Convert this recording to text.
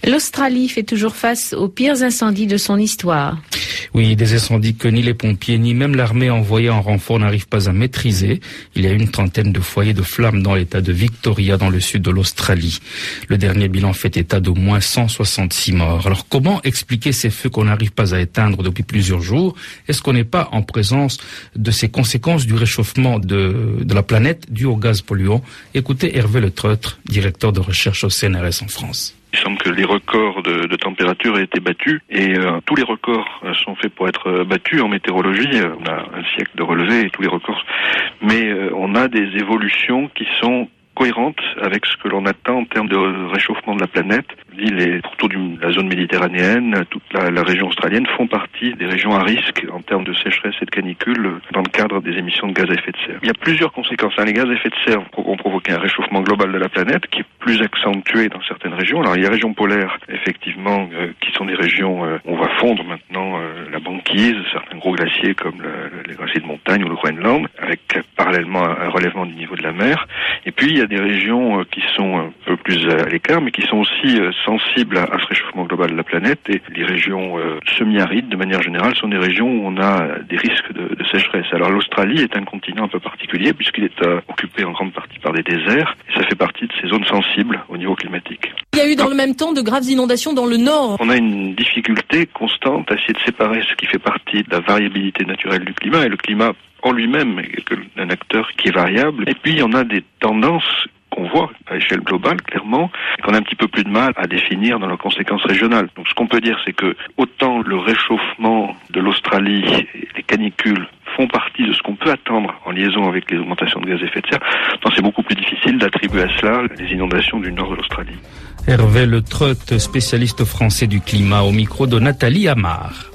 L'Australie fait toujours face aux pires incendies de son histoire. Oui, des incendies que ni les pompiers ni même l'armée envoyée en renfort n'arrivent pas à maîtriser. Il y a une trentaine de foyers de flammes dans l'état de Victoria, dans le sud de l'Australie. Le dernier bilan fait état d'au moins 166 morts. Alors comment expliquer ces feux qu'on n'arrive pas à éteindre depuis plusieurs jours? Est-ce qu'on n'est pas en présence de ces conséquences du réchauffement de la planète dû aux gaz polluants? Écoutez Hervé Le Treutre, directeur de recherche au CNRS en France. Il semble que les records de température aient été battus et tous les records sont faits pour être battus en météorologie. On a un siècle de relevé et tous les records. Mais on a des évolutions qui sont cohérentes avec ce que l'on attend en termes de réchauffement de la planète. L'île et autour de la zone méditerranéenne, toute la région australienne font partie des régions à risque en termes de sécheresse et de canicule dans le cadre des émissions de gaz à effet de serre. Il y a plusieurs conséquences. Les gaz à effet de serre vont provoquer un réchauffement global de la planète qui est plus accentué dans certaines régions. Alors il y a les régions polaires, effectivement, qui sont des régions où on va fondre maintenant la banquise, certains gros glaciers comme les glaciers de montagne ou le Groenland, avec parallèlement un relèvement du niveau de la mer. Et puis il y a des régions qui sont un peu plus à l'écart, mais qui sont aussi sensibles à ce réchauffement global de la planète. Et les régions semi-arides, de manière générale, sont des régions où on a des risques de sécheresse. Alors l'Australie est un continent un peu particulier puisqu'il est occupé en grande partie par des déserts. Et ça fait partie de ces zones sensibles au niveau climatique. Il y a eu dans le même temps de graves inondations dans le nord. On a une difficulté constante à essayer de séparer ce qui fait partie de la variabilité naturelle du climat et le climat en lui-même est un acteur qui est variable. Et puis, on a des tendances qu'on voit à l'échelle globale, clairement, et qu'on a un petit peu plus de mal à définir dans leurs conséquences régionales. Donc, ce qu'on peut dire, c'est que autant le réchauffement de l'Australie et les canicules font partie de ce qu'on peut attendre en liaison avec les augmentations de gaz à effet de serre, donc c'est beaucoup plus difficile d'attribuer à cela les inondations du nord de l'Australie. Hervé Le Treutre, spécialiste français du climat, au micro de Nathalie Amar.